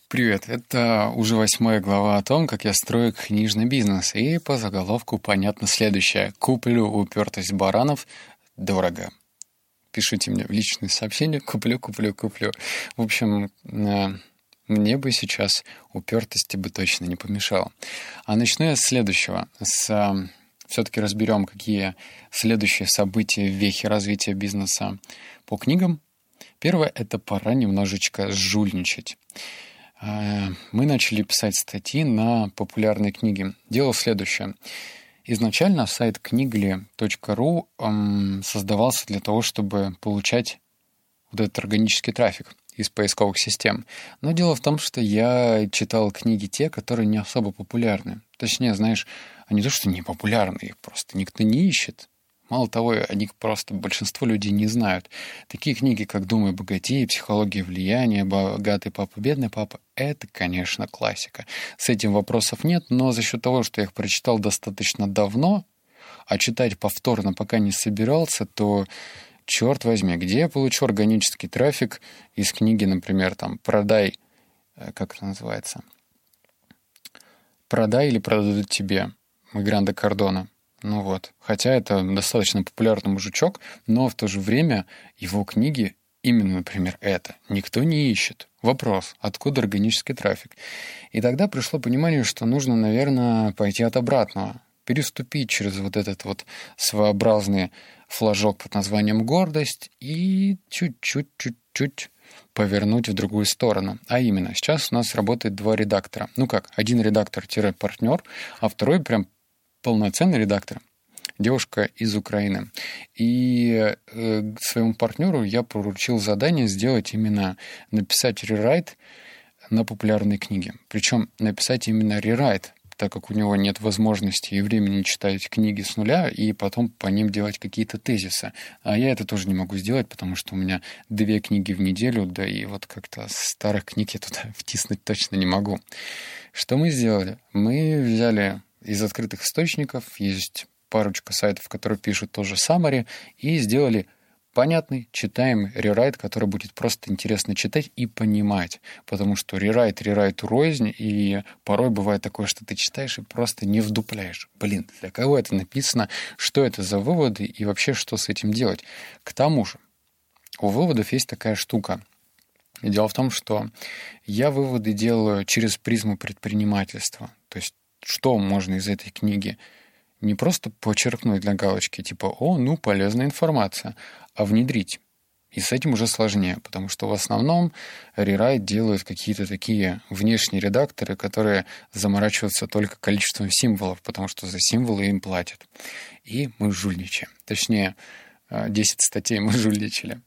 Привет, это уже 8 глава о том, как я строю книжный бизнес, и по заголовку понятно следующее. Куплю упертость баранов дорого. Пишите мне в личные сообщения, куплю. В общем, мне бы сейчас упертости бы точно не помешало. А начну я с следующего. Все-таки разберем, какие следующие события в вехе развития бизнеса по книгам. Первое — это пора немножечко жульничать. Мы начали писать статьи на популярные книги. Дело следующее. Изначально сайт книгли.ру создавался для того, чтобы получать вот этот органический трафик из поисковых систем. Но дело в том, что я читал книги те, которые не особо популярны. Точнее, знаешь, они то, что не популярны, их просто никто не ищет. Мало того, о них просто большинство людей не знают. Такие книги, как «Думай богатей», «Психология влияния», «Богатый папа, бедный папа» — это, конечно, классика. С этим вопросов нет, но за счет того, что я их прочитал достаточно давно, а читать повторно пока не собирался, то, черт возьми, где я получу органический трафик из книги, например, там «Продай», как это называется? «Продай или продадут тебе» Гранда Кардона. Ну вот. Хотя это достаточно популярный мужичок, но в то же время его книги именно, например, это никто не ищет. Вопрос, откуда органический трафик? И тогда пришло понимание, что нужно, наверное, пойти от обратного, переступить через вот этот вот своеобразный флажок под названием гордость и чуть-чуть повернуть в другую сторону. А именно, сейчас у нас работает 2 редактора. Ну как, один редактор-партнер, а второй прям полноценный редактор, девушка из Украины. И своему партнеру я поручил задание сделать именно написать рерайт на популярные книги. Причем написать именно рерайт, так как у него нет возможности и времени читать книги с нуля и потом по ним делать какие-то тезисы. А я это тоже не могу сделать, потому что у меня 2 книги в неделю, да и вот как-то старых книг я туда втиснуть точно не могу. Что мы сделали? Мы взяли из открытых источников, есть парочка сайтов, которые пишут тоже summary, и сделали понятный, читаемый рерайт, который будет просто интересно читать и понимать. Потому что рерайту рознь, и порой бывает такое, что ты читаешь и просто не вдупляешь. Блин, для кого это написано, что это за выводы и вообще что с этим делать? К тому же, у выводов есть такая штука. Дело в том, что я выводы делаю через призму предпринимательства. То есть что можно из этой книги не просто подчеркнуть для галочки, типа полезная информация, а внедрить. И с этим уже сложнее, потому что в основном рерайт делают какие-то такие внешние редакторы, которые заморачиваются только количеством символов, потому что за символы им платят. И мы жульничаем. Точнее, 10 статей мы жульничали.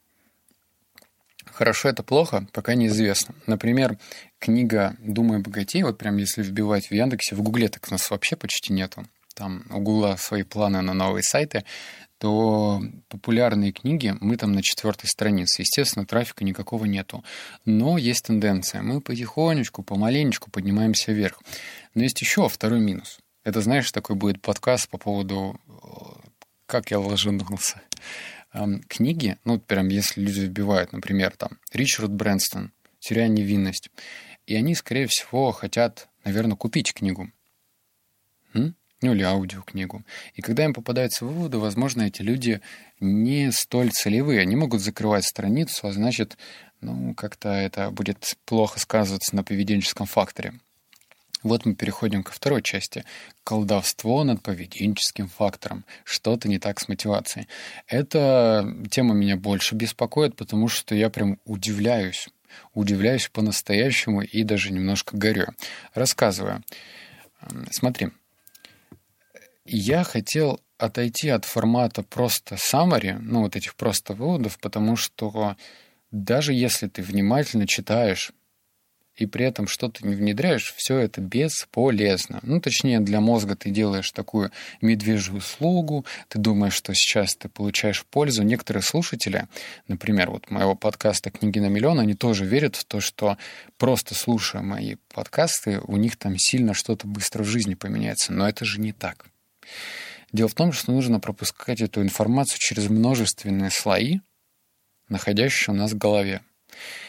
Хорошо это плохо, пока неизвестно. Например, книга «Думай богатей», вот прям если вбивать в Яндексе, в Гугле так у нас вообще почти нету. Там у Гугла свои планы на новые сайты, то популярные книги мы там на 4-й странице. Естественно, трафика никакого нету. Но есть тенденция. Мы потихонечку, помаленечку поднимаемся вверх. Но есть еще второй минус. Это, знаешь, такой будет подкаст по поводу «Как я ложанулся». Книги, прям если люди вбивают, например, там, Ричард Брэнстон, «Теряя невинность», и они, скорее всего, хотят, наверное, купить книгу. Или аудиокнигу. И когда им попадаются выводы, возможно, эти люди не столь целевые. Они могут закрывать страницу, а значит, как-то это будет плохо сказываться на поведенческом факторе. Вот мы переходим ко второй части. Колдовство над поведенческим фактором. Что-то не так с мотивацией. Эта тема меня больше беспокоит, потому что я прям удивляюсь. Удивляюсь по-настоящему и даже немножко горю. Рассказываю. Смотри. Я хотел отойти от формата просто summary, вот этих просто выводов, потому что даже если ты внимательно читаешь и при этом что-то не внедряешь, все это бесполезно. Точнее, для мозга ты делаешь такую медвежью услугу, ты думаешь, что сейчас ты получаешь пользу. Некоторые слушатели, например, вот моего подкаста «Книги на миллион», они тоже верят в то, что просто слушая мои подкасты, у них там сильно что-то быстро в жизни поменяется. Но это же не так. Дело в том, что нужно пропускать эту информацию через множественные слои, находящиеся у нас в голове.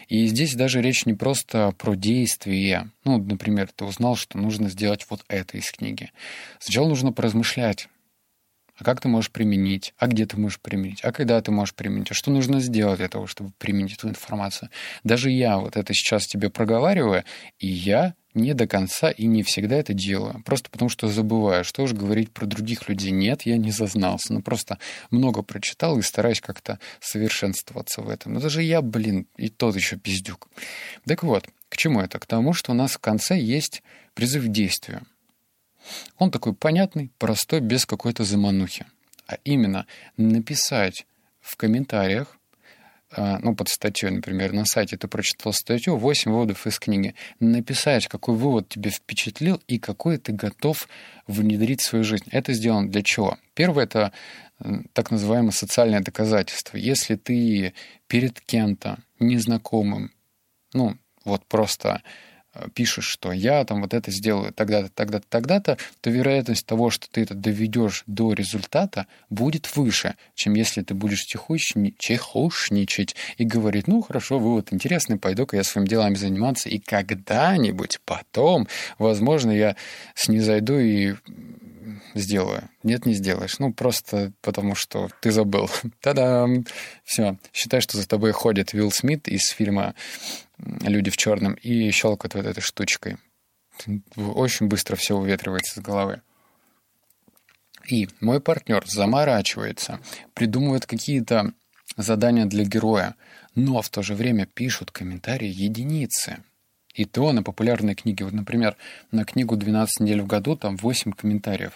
И здесь даже речь не просто про действия. Ну, например, ты узнал, что нужно сделать вот это из книги. Сначала нужно поразмышлять. А как ты можешь применить? А где ты можешь применить? А когда ты можешь применить? А что нужно сделать для того, чтобы применить эту информацию? Даже я вот это сейчас тебе проговариваю, и я не до конца и не всегда это делаю. Просто потому, что забываю. Что уж говорить про других людей. Нет, я не зазнался. Просто много прочитал и стараюсь как-то совершенствоваться в этом. Но даже я, и тот еще пиздюк. Так вот, к чему это? К тому, что у нас в конце есть призыв к действию. Он такой понятный, простой, без какой-то заманухи. А именно написать в комментариях, под статьей, например, на сайте ты прочитал статью, 8 выводов из книги. Написать, какой вывод тебя впечатлил и какой ты готов внедрить в свою жизнь. Это сделано для чего? Первое — это так называемое социальное доказательство. Если ты перед кем-то незнакомым, просто пишешь, что я там вот это сделаю тогда-то, тогда-то, тогда-то, то вероятность того, что ты это доведешь до результата, будет выше, чем если ты будешь чехушничать и говорить, хорошо, вывод интересный, пойду-ка я своими делами заниматься, и когда-нибудь потом, возможно, я снизойду и сделаю. Нет, не сделаешь. Просто потому, что ты забыл. Та-дам! Все. Считай, что за тобой ходит Уилл Смит из фильма «Люди в черном» и щелкает вот этой штучкой. Очень быстро все уветривается с головы. И мой партнер заморачивается, придумывает какие-то задания для героя, но в то же время пишут комментарии единицы. И то на популярные книги. Вот, например, на книгу «12 недель в году» там 8 комментариев.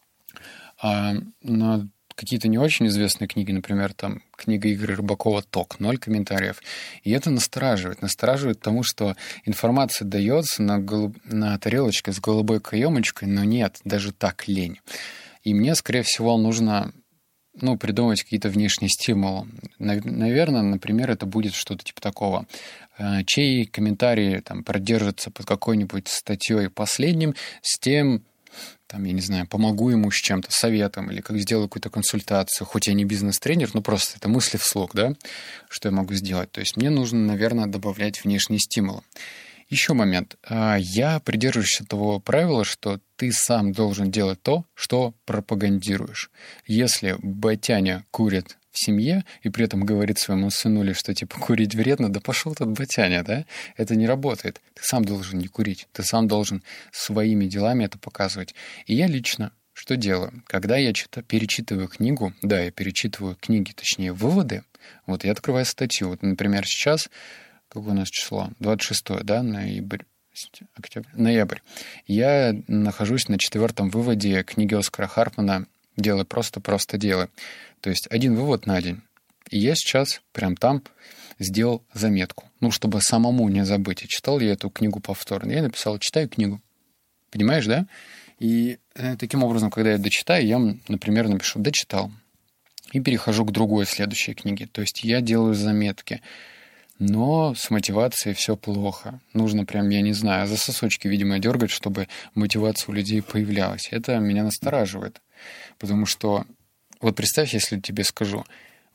А на какие-то не очень известные книги, например, там книга Игоря Рыбакова «Ток», 0 комментариев. И это настораживает. Настораживает тому, что информация дается на тарелочке с голубой каемочкой, но нет, даже так лень. И мне, скорее всего, нужно придумать какие-то внешние стимулы. Наверное, например, это будет что-то типа такого. Чей комментарий продержится под какой-нибудь статьей последним, с тем, я не знаю, помогу ему с чем-то, советом, или как сделаю какую-то консультацию, хоть я не бизнес-тренер, просто это мысли вслух, да, что я могу сделать. То есть мне нужно, наверное, добавлять внешние стимулы. Еще момент. Я придерживаюсь того правила, что ты сам должен делать то, что пропагандируешь. Если батяня курит в семье и при этом говорит своему сынуле, что курить вредно, да пошел тот батяня, да? Это не работает. Ты сам должен не курить. Ты сам должен своими делами это показывать. И я лично что делаю? Когда я перечитываю книгу, я перечитываю книги, точнее, выводы, я открываю статью. Например, сейчас, какое у нас число? 26, да, ноябрь. Ноябрь. Я нахожусь на 4-м выводе книги Оскара Хартмана «Делай просто, просто делай». То есть 1 вывод на день. И я сейчас прям там сделал заметку. Чтобы самому не забыть. И читал я эту книгу повторно. Я написал: читаю книгу. Понимаешь, да? И таким образом, когда я дочитаю, я, например, напишу «дочитал». И перехожу к другой следующей книге. То есть я делаю заметки. Но с мотивацией все плохо. Нужно прям, я не знаю, за сосочки, видимо, дергать, чтобы мотивация у людей появлялась. Это меня настораживает. Потому что, представь, если тебе скажу,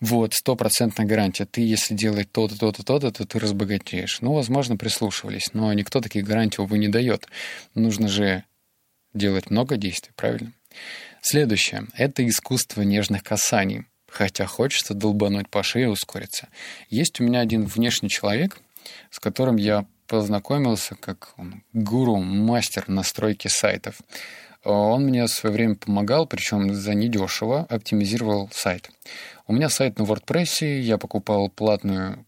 100% гарантия, ты, если делаешь то-то, то-то, то-то, то ты разбогатеешь. Возможно, прислушивались, но никто таких гарантий, увы, не дает. Нужно же делать много действий, правильно? Следующее. Это искусство нежных касаний. Хотя хочется долбануть по шее и ускориться. Есть у меня один внешний человек, с которым я познакомился как гуру, мастер настройки сайтов. Он мне в свое время помогал, причем за недешево, оптимизировал сайт. У меня сайт на WordPress, я покупал платную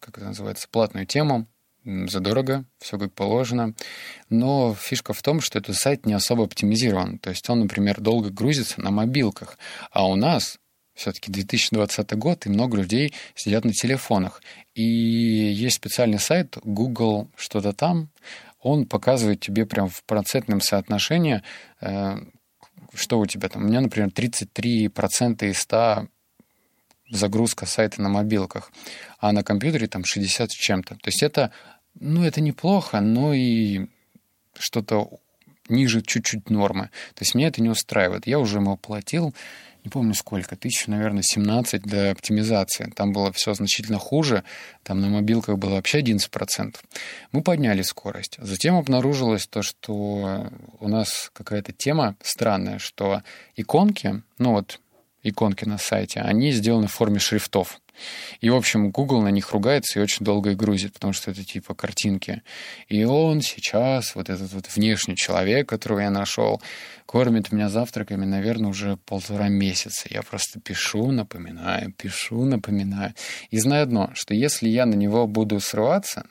тему, задорого, все как положено. Но фишка в том, что этот сайт не особо оптимизирован. То есть он, например, долго грузится на мобилках. А у нас все-таки 2020 год, и много людей сидят на телефонах. И есть специальный сайт Google что-то там. Он показывает тебе прям в процентном соотношении, что у тебя там. У меня, например, 33% из 100 загрузка сайта на мобилках, а на компьютере там 60 с чем-то. То есть это неплохо, но и что-то ниже чуть-чуть нормы. То есть меня это не устраивает. Я уже ему оплатил, не помню сколько, 17 для оптимизации. Там было все значительно хуже, там на мобилках было вообще 11%. Мы подняли скорость. Затем обнаружилось то, что у нас какая-то тема странная, что иконки, иконки на сайте, они сделаны в форме шрифтов. И, в общем, Google на них ругается и очень долго их грузит, потому что это типа картинки. И он сейчас, вот этот вот внешний человек, которого я нашел, кормит меня завтраками, наверное, уже 1,5 месяца. Я просто пишу, напоминаю. И знаю одно, что если я на него буду срываться,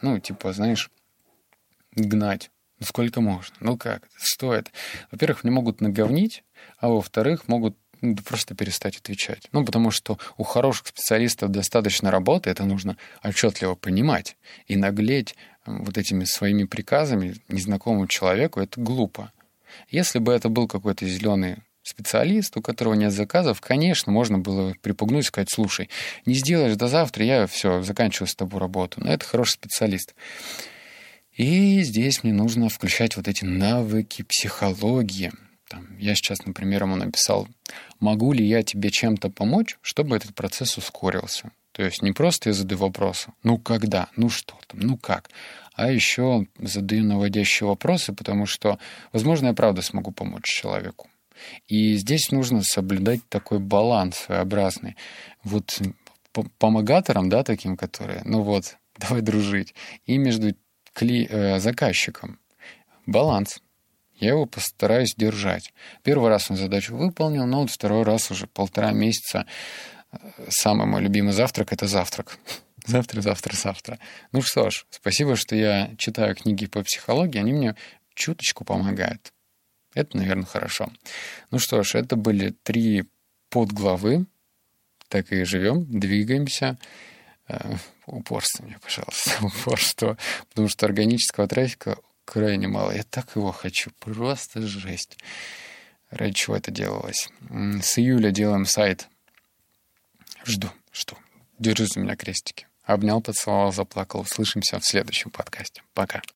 гнать, сколько можно? Как? Что это? Во-первых, мне могут наговнить, а во-вторых, могут просто перестать отвечать. Потому что у хороших специалистов достаточно работы, это нужно отчетливо понимать. И наглеть вот этими своими приказами незнакомому человеку — это глупо. Если бы это был какой-то зеленый специалист, у которого нет заказов, конечно, можно было припугнуть, сказать: слушай, не сделаешь до завтра, я все, заканчиваю с тобой работу. Но это хороший специалист. И здесь мне нужно включать вот эти навыки психологии. Я сейчас, например, ему написал: могу ли я тебе чем-то помочь, чтобы этот процесс ускорился? То есть не просто я задаю вопросы: когда, что там, как? А еще задаю наводящие вопросы, потому что, возможно, я правда смогу помочь человеку. И здесь нужно соблюдать такой баланс своеобразный. Вот помогаторам, таким, которые, давай дружить, и между заказчиком. Баланс. Я его постараюсь держать. Первый раз он задачу выполнил, но второй раз уже 1,5 месяца. Самый мой любимый завтрак — это завтрак. Завтра. Что ж, спасибо, что я читаю книги по психологии, они мне чуточку помогают. Это, наверное, хорошо. Что ж, это были 3 подглавы. Так и живем, двигаемся. Упорство мне, пожалуйста, упорство. Потому что органического трафика крайне мало. Я так его хочу. Просто жесть. Ради чего это делалось? С июля делаем сайт. Жду. Держи за меня крестики. Обнял, поцеловал, заплакал. Услышимся в следующем подкасте. Пока.